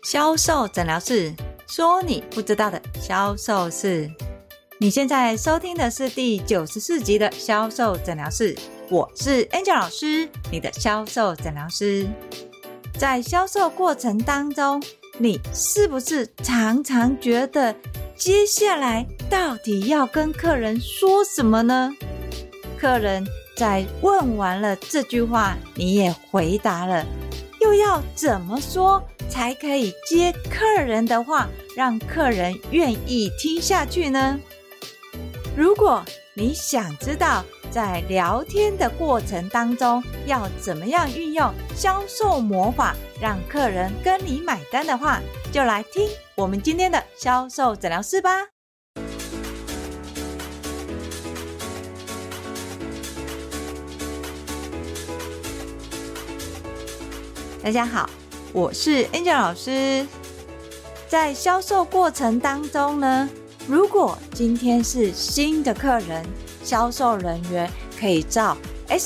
销售诊疗室，说你不知道的销售事。你现在收听的是第94集的销售诊疗室，我是 Angel 老师，你的销售诊疗师。在销售过程当中，你是不是常常觉得接下来到底要跟客人说什么呢？客人在问完了这句话，你也回答了，又要怎么说才可以接客人的话，让客人愿意听下去呢？如果你想知道在聊天的过程当中要怎么样运用销售魔法让客人跟你买单的话，就来听我们今天的销售诊疗室吧。大家好，我是 Angel 老师。在销售过程当中呢，如果今天是新的客人，销售人员可以照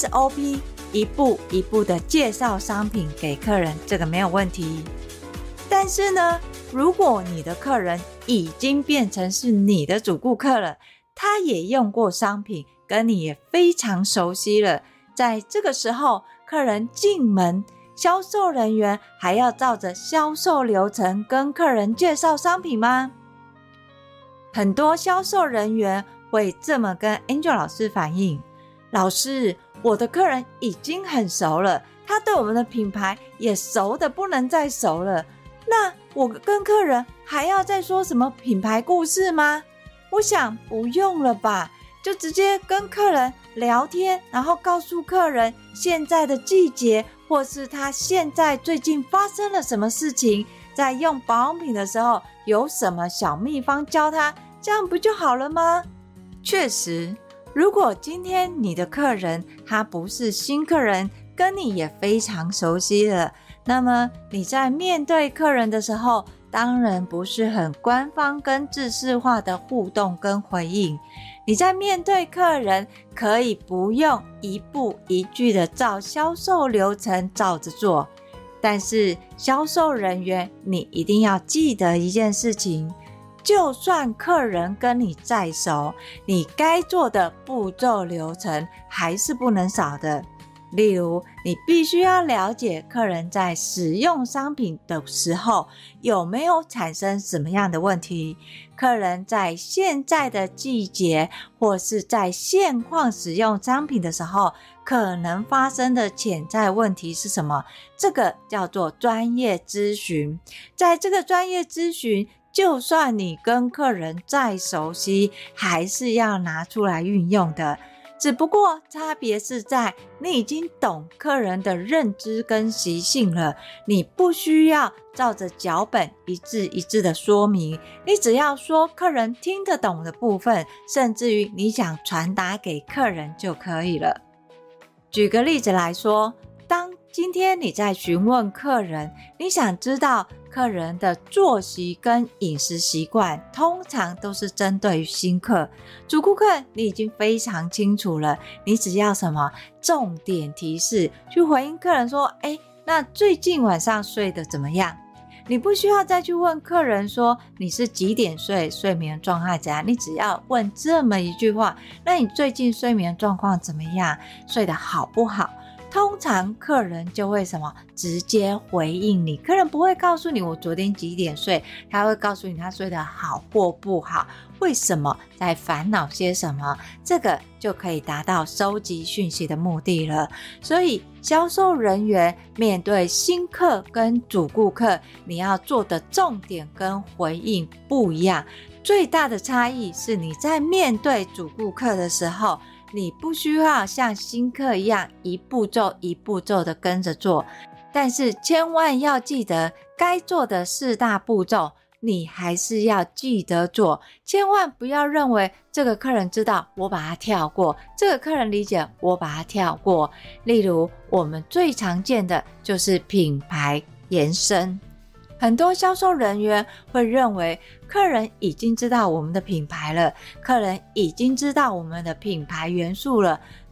SOP 一步一步的介绍商品给客人，这个没有问题。但是呢，如果你的客人已经变成是你的主顾客了，他也用过商品，跟你也非常熟悉了，在这个时候客人进门，销售人员还要照着销售流程跟客人介绍商品吗？很多销售人员会这么跟 Angel 老师反映，老师，我的客人已经很熟了，他对我们的品牌也熟的不能再熟了，那我跟客人还要再说什么品牌故事吗？我想不用了吧，就直接跟客人聊天，然后告诉客人现在的季节，或是他现在最近发生了什么事情，在用保养品的时候有什么小秘方教他，这样不就好了吗？确实，如果今天你的客人他不是新客人，跟你也非常熟悉了，那么你在面对客人的时候，当然不是很官方跟制式化的互动跟回应。你在面对客人可以不用一步一句的照销售流程照着做，但是销售人员你一定要记得一件事情，就算客人跟你再熟，你该做的步骤流程还是不能少的。例如，你必须要了解客人在使用商品的时候有没有产生什么样的问题，客人在现在的季节或是在现况使用商品的时候可能发生的潜在问题是什么，这个叫做专业咨询。在这个专业咨询，就算你跟客人再熟悉，还是要拿出来运用的。只不过差别是在你已经懂客人的认知跟习性了，你不需要照着脚本一字一字的说明，你只要说客人听得懂的部分，甚至于你想传达给客人就可以了。举个例子来说，当今天你在询问客人，你想知道客人的作息跟饮食习惯，通常都是针对于新客。主顾客你已经非常清楚了，你只要什么重点提示去回应客人说，那最近晚上睡得怎么样？你不需要再去问客人说你是几点睡，睡眠状态怎样，你只要问这么一句话，那你最近睡眠状况怎么样，睡得好不好？通常客人就会什么直接回应你，客人不会告诉你我昨天几点睡，他会告诉你他睡得好或不好，为什么，在烦恼些什么，这个就可以达到收集讯息的目的了。所以销售人员面对新客跟主顾客，你要做的重点跟回应不一样。最大的差异是你在面对主顾客的时候，你不需要像新客一样一步骤一步骤的跟着做，但是千万要记得该做的4大步骤你还是要记得做，千万不要认为这个客人知道我把它跳过，这个客人理解我把它跳过。例如我们最常见的就是品牌延伸，很多销售人员会认为客人已经知道我们的品牌了，客人已经知道我们的品牌元素了，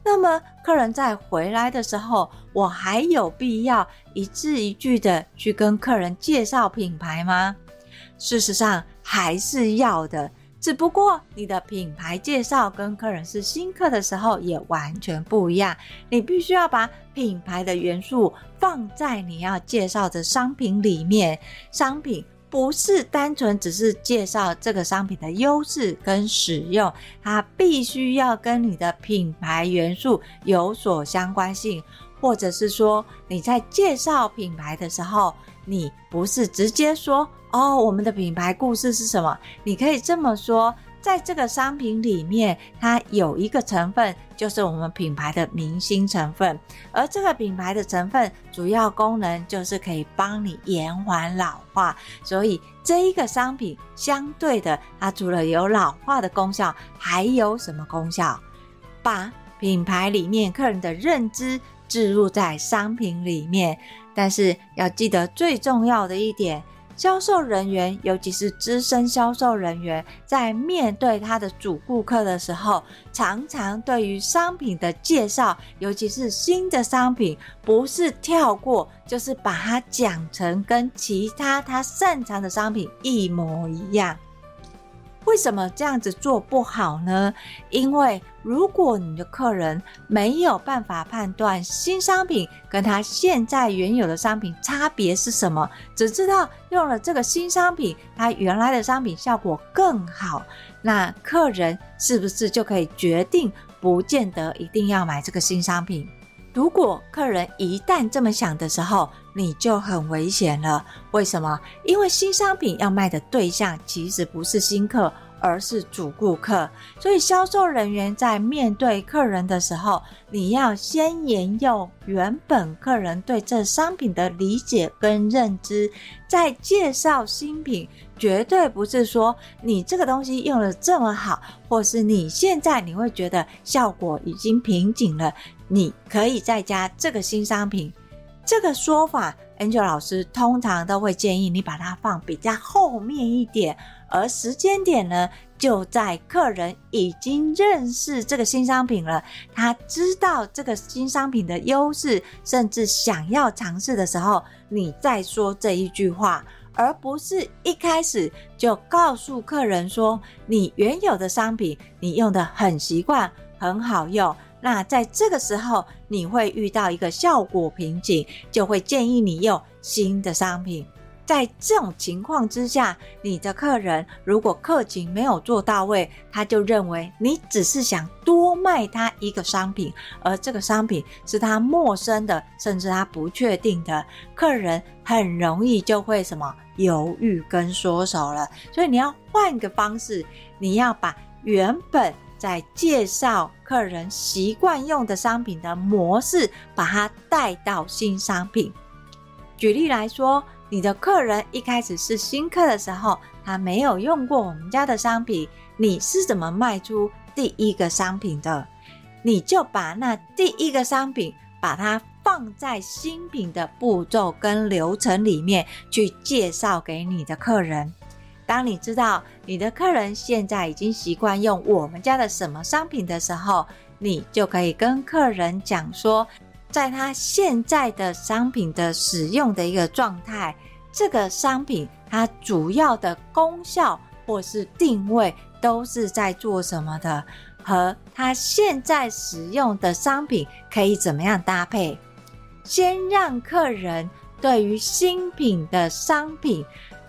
那么客人在回来的时候，我还有必要一字一句的去跟客人介绍品牌吗？事实上还是要的，只不过你的品牌介绍跟客人是新客的时候也完全不一样，你必须要把品牌的元素放在你要介绍的商品里面。商品不是单纯只是介绍这个商品的优势跟使用，它必须要跟你的品牌元素有所相关性，或者是说你在介绍品牌的时候，你不是直接说我们的品牌故事是什么，你可以这么说，在这个商品里面，它有一个成分就是我们品牌的明星成分，而这个品牌的成分主要功能就是可以帮你延缓老化，所以这一个商品相对的，它除了有老化的功效，还有什么功效？把品牌里面客人的认知置入在商品里面。但是要记得最重要的一点，销售人员，尤其是资深销售人员，在面对他的主顾客的时候，常常对于商品的介绍，尤其是新的商品，不是跳过，就是把它讲成跟其他他擅长的商品一模一样。为什么这样子做不好呢？因为如果你的客人没有办法判断新商品跟他现在原有的商品差别是什么，只知道用了这个新商品，他原来的商品效果更好，那客人是不是就可以决定不见得一定要买这个新商品？如果客人一旦这么想的时候，你就很危险了。为什么？因为新商品要卖的对象其实不是新客，而是主顾客。所以销售人员在面对客人的时候，你要先沿用原本客人对这商品的理解跟认知，再介绍新品。绝对不是说你这个东西用得这么好，或是你现在你会觉得效果已经瓶颈了，你可以再加这个新商品。这个说法 Angel 老师通常都会建议你把它放比较后面一点，而时间点呢，就在客人已经认识这个新商品了，他知道这个新商品的优势，甚至想要尝试的时候，你再说这一句话，而不是一开始就告诉客人说你原有的商品你用得很习惯，很好用，那在这个时候你会遇到一个效果瓶颈，就会建议你用新的商品。在这种情况之下，你的客人如果客情没有做到位，他就认为你只是想多卖他一个商品，而这个商品是他陌生的，甚至他不确定的，客人很容易就会犹豫跟缩手了。所以你要换个方式，你要把原本在介绍客人习惯用的商品的模式，把它带到新商品。举例来说，你的客人一开始是新客的时候，他没有用过我们家的商品，你是怎么卖出第一个商品的？你就把那第一个商品把它放在新品的步骤跟流程里面去介绍给你的客人。当你知道你的客人现在已经习惯用我们家的什么商品的时候，你就可以跟客人讲说，在他现在的商品的使用的一个状态，这个商品它主要的功效或是定位都是在做什么的，和他现在使用的商品可以怎么样搭配。先让客人对于新品的商品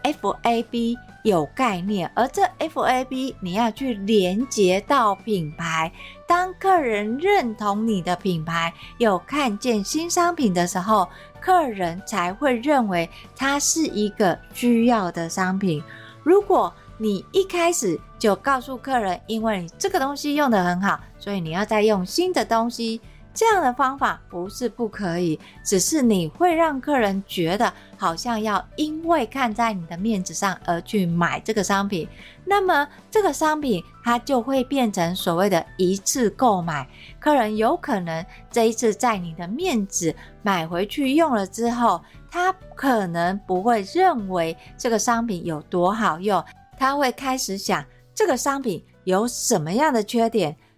FAB 有概念，而这 FAB 你要去连接到品牌。当客人认同你的品牌，有看见新商品的时候，客人才会认为它是一个需要的商品。如果你一开始就告诉客人，因为你这个东西用得很好，所以你要再用新的东西，这样的方法不是不可以，只是你会让客人觉得好像要因为看在你的面子上而去买这个商品，那么这个商品它就会变成所谓的一次购买。客人有可能这一次在你的面子买回去用了之后，他可能不会认为这个商品有多好用，他会开始想这个商品有什么样的缺点，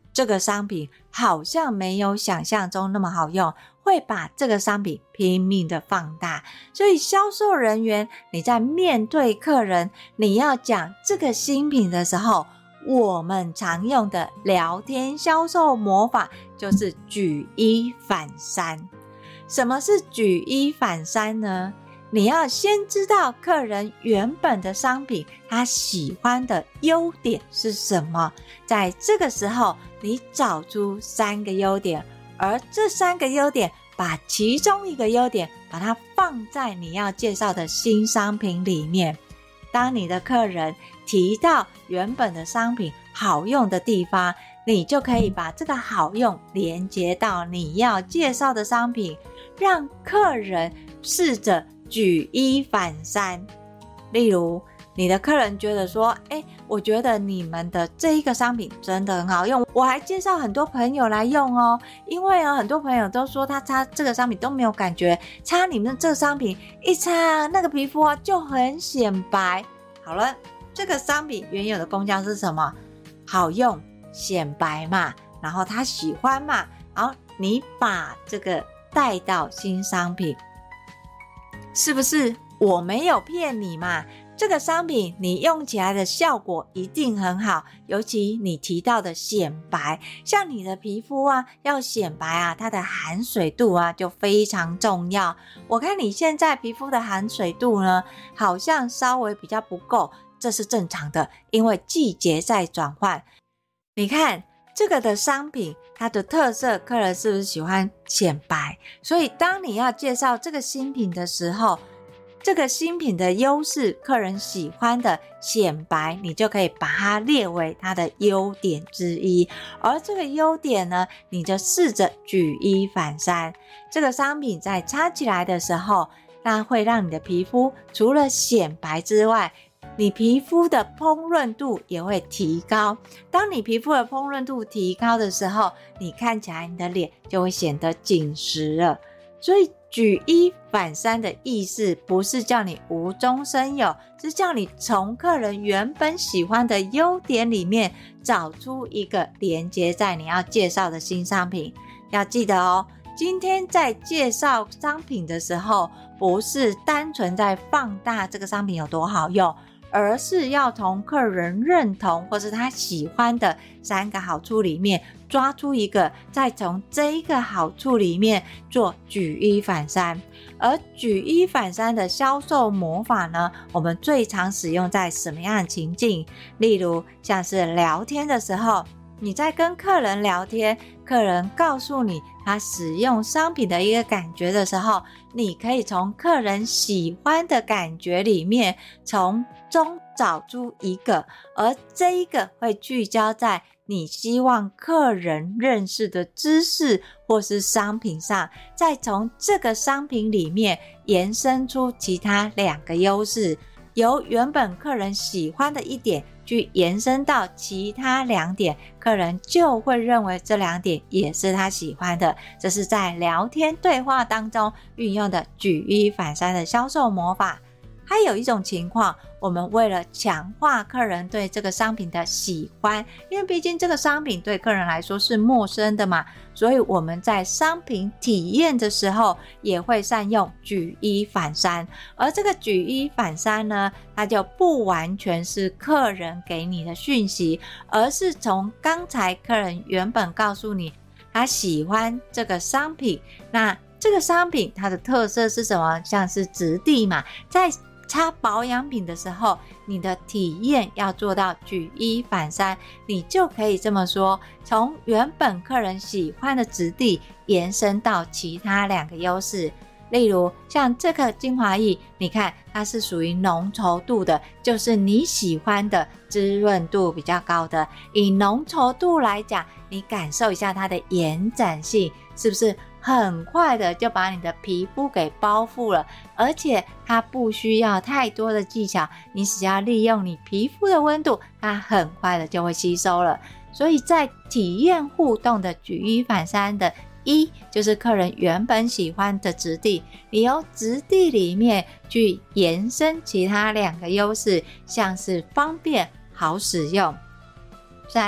这个商品好像没有想象中那么好用，会把这个商品拼命的放大。所以销售人员，你在面对客人，你要讲这个新品的时候，我们常用的聊天销售魔法就是举一反三。什么是举一反三呢？你要先知道客人原本的商品他喜欢的优点是什么，在这个时候你找出3个优点，而这3个优点把其中一个优点把它放在你要介绍的新商品里面。当你的客人提到原本的商品好用的地方，你就可以把这个好用连接到你要介绍的商品，让客人试着举一反三。例如你的客人觉得说，我觉得你们的这一个商品真的很好用，我还介绍很多朋友来用哦，因为很多朋友都说他擦这个商品都没有感觉，擦你们这个商品一擦那个皮肤就很显白。好了，这个商品原有的功效是什么？好用显白嘛，然后他喜欢嘛，然后你把这个带到新商品，是不是我没有骗你嘛？这个商品你用起来的效果一定很好，尤其你提到的显白，像你的皮肤要显白它的含水度就非常重要。我看你现在皮肤的含水度呢，好像稍微比较不够，这是正常的，因为季节在转换。你看这个的商品，它的特色，客人是不是喜欢显白？所以当你要介绍这个新品的时候，这个新品的优势，客人喜欢的显白，你就可以把它列为它的优点之一。而这个优点呢，你就试着举一反三。这个商品在擦起来的时候，那会让你的皮肤除了显白之外，你皮肤的烹润度也会提高。当你皮肤的烹润度提高的时候，你看起来你的脸就会显得紧实了。所以举一反三的意思不是叫你无中生有，是叫你从客人原本喜欢的优点里面找出一个连接在你要介绍的新商品。要记得哦，今天在介绍商品的时候，不是单纯在放大这个商品有多好用，而是要从客人认同或是他喜欢的3个好处里面抓出一个，再从这一个好处里面做举一反三。而举一反三的销售魔法呢，我们最常使用在什么样的情境？例如像是聊天的时候，你在跟客人聊天，客人告诉你他使用商品的一个感觉的时候，你可以从客人喜欢的感觉里面从中找出一个，而这一个会聚焦在你希望客人认识的知识或是商品上，再从这个商品里面延伸出其他2个优势，由原本客人喜欢的一点去延伸到其他2点，客人就会认为这2点也是他喜欢的。这是在聊天对话当中运用的举一反三的销售魔法。还有一种情况，我们为了强化客人对这个商品的喜欢，因为毕竟这个商品对客人来说是陌生的嘛，所以我们在商品体验的时候也会善用举一反三。而这个举一反三呢，它就不完全是客人给你的讯息，而是从刚才客人原本告诉你他喜欢这个商品，那这个商品它的特色是什么？像是质地嘛，在擦保养品的时候，你的体验要做到举一反三，你就可以这么说，从原本客人喜欢的质地延伸到其他2个优势。例如像这个精华液，你看它是属于浓稠度的，就是你喜欢的滋润度比较高的。以浓稠度来讲，你感受一下它的延展性，是不是很快的就把你的皮肤给包覆了，而且它不需要太多的技巧，你只要利用你皮肤的温度，它很快的就会吸收了。所以在体验互动的举一反三的一，就是客人原本喜欢的质地，你由质地里面去延伸其他2个优势，像是方便好使用。再来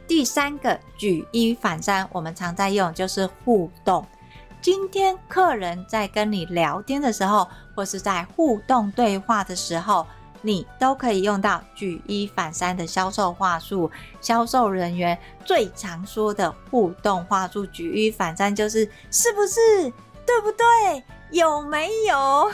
第3个举一反三，我们常在用就是互动。今天客人在跟你聊天的时候，或是在互动对话的时候，你都可以用到举一反三的销售话术。销售人员最常说的互动话术举一反三就是是不是？对不对？有没有？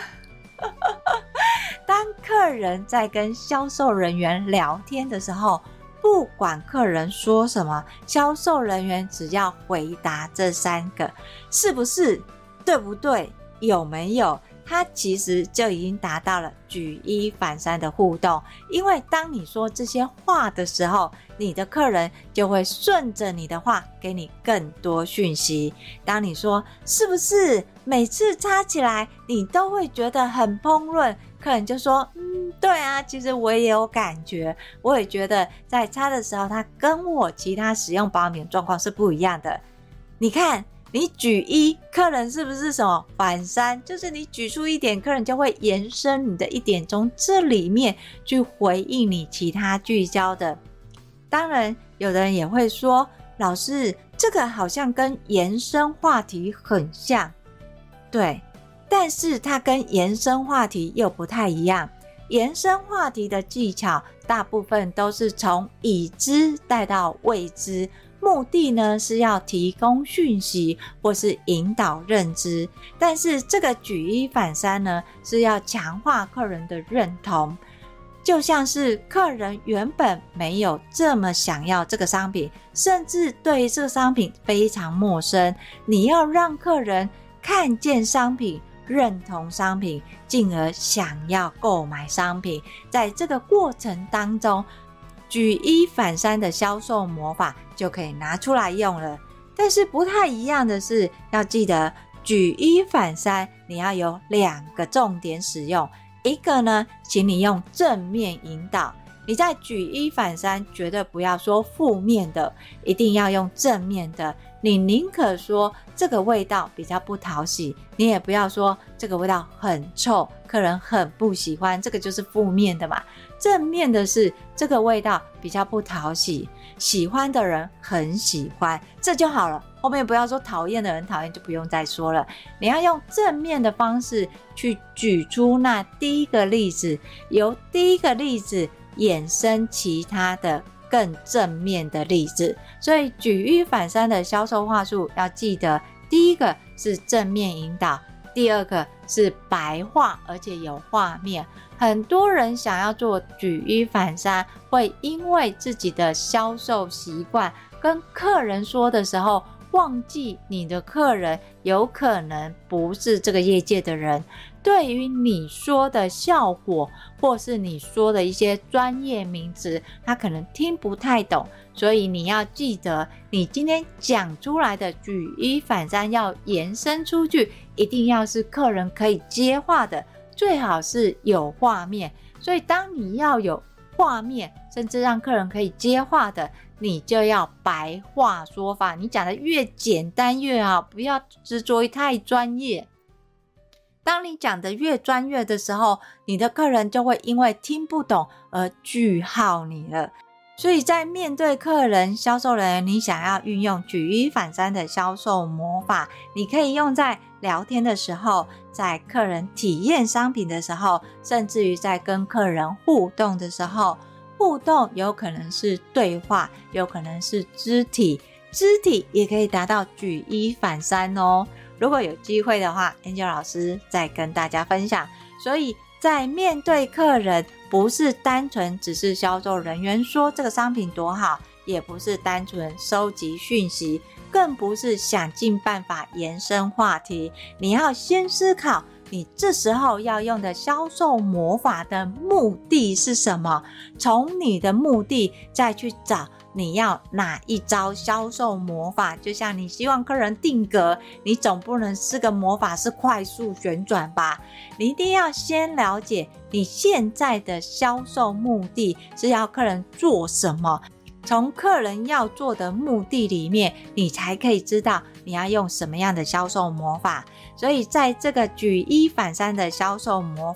当客人在跟销售人员聊天的时候，不管客人说什么，销售人员只要回答这3个是不是，对不对，有没有，他其实就已经达到了举一反三的互动。因为当你说这些话的时候，你的客人就会顺着你的话给你更多讯息。当你说是不是每次擦起来你都会觉得很蓬润，客人就说对啊，其实我也有感觉，我也觉得在擦的时候它跟我其他使用保养品状况是不一样的。你看你举一，客人是不是什么反三？就是你举出一点，客人就会延伸你的一点，从这里面去回应你其他聚焦的。当然有的人也会说，老师这个好像跟延伸话题很像，对，但是它跟延伸话题又不太一样。延伸话题的技巧大部分都是从已知带到未知，目的呢是要提供讯息或是引导认知。但是这个举一反三呢，是要强化客人的认同。就像是客人原本没有这么想要这个商品，甚至对于这个商品非常陌生，你要让客人看见商品，认同商品，进而想要购买商品。在这个过程当中，举一反三的销售魔法就可以拿出来用了。但是不太一样的是，要记得举一反三你要有2个重点使用。一个呢，请你用正面引导。你在举一反三绝对不要说负面的，一定要用正面的。你宁可说这个味道比较不讨喜，你也不要说这个味道很臭，客人很不喜欢，这个就是负面的嘛。正面的是这个味道比较不讨喜，喜欢的人很喜欢，这就好了。后面不要说讨厌的人讨厌，就不用再说了。你要用正面的方式去举出那第一个例子，由第一个例子衍生其他的更正面的例子。所以举一反三的销售话术要记得，第一个是正面引导，第2个是白话而且有画面。很多人想要做举一反三，会因为自己的销售习惯跟客人说的时候忘记你的客人有可能不是这个业界的人，对于你说的效果或是你说的一些专业名词，他可能听不太懂。所以你要记得，你今天讲出来的举一反三要延伸出去，一定要是客人可以接话的，最好是有画面。所以当你要有画面，甚至让客人可以接话的，你就要白话说法。你讲的越简单越好，不要执着于太专业。当你讲的越专业的时候，你的客人就会因为听不懂而句号你了。所以在面对客人，销售人员你想要运用举一反三的销售魔法，你可以用在聊天的时候，在客人体验商品的时候，甚至于在跟客人互动的时候。互动有可能是对话，有可能是肢体也可以达到举一反三哦。如果有机会的话， Angel 老师再跟大家分享。所以在面对客人，不是单纯只是销售人员说这个商品多好，也不是单纯收集讯息，更不是想尽办法延伸话题。你要先思考你这时候要用的销售魔法的目的是什么，从你的目的再去找你要哪一招销售魔法。就像你希望客人定格，你总不能是个魔法是快速旋转吧，你一定要先了解你现在的销售目的是要客人做什么，从客人要做的目的里面，你才可以知道你要用什么样的销售魔法。所以在这个举一反三的销售魔法，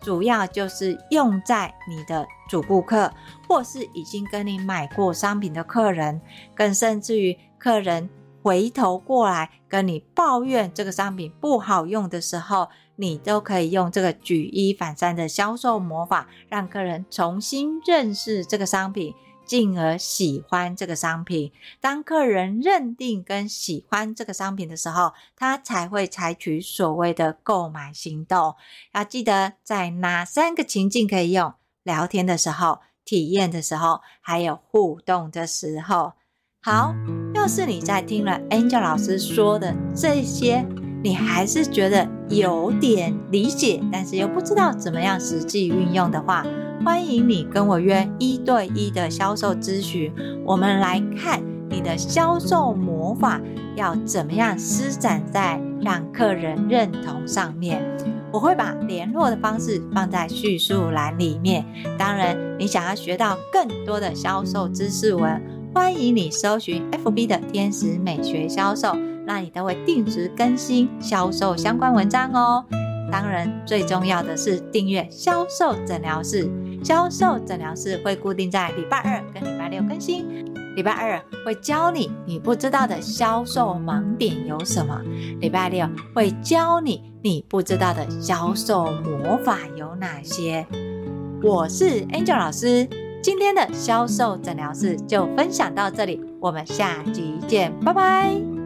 主要就是用在你的主顾客，或是已经跟你买过商品的客人，更甚至于客人回头过来跟你抱怨这个商品不好用的时候，你都可以用这个举一反三的销售魔法，让客人重新认识这个商品，进而喜欢这个商品。当客人认定跟喜欢这个商品的时候，他才会采取所谓的购买行动。要记得在哪3个情境可以用：聊天的时候、体验的时候，还有互动的时候。好，要是你在听了 Angel 老师说的这些，你还是觉得有点理解，但是又不知道怎么样实际运用的话，欢迎你跟我约1对1的销售咨询，我们来看你的销售魔法要怎么样施展在让客人认同上面。我会把联络的方式放在叙述栏里面。当然，你想要学到更多的销售知识文，欢迎你搜寻 FB 的天使美学销售，那里都会定时更新销售相关文章哦。当然，最重要的是订阅销售诊疗室。销售诊疗室会固定在礼拜2跟礼拜6更新。礼拜2会教你你不知道的销售盲点有什么，礼拜6会教你你不知道的销售魔法有哪些。我是 Angel 老师，今天的销售诊疗室就分享到这里，我们下集见，拜拜。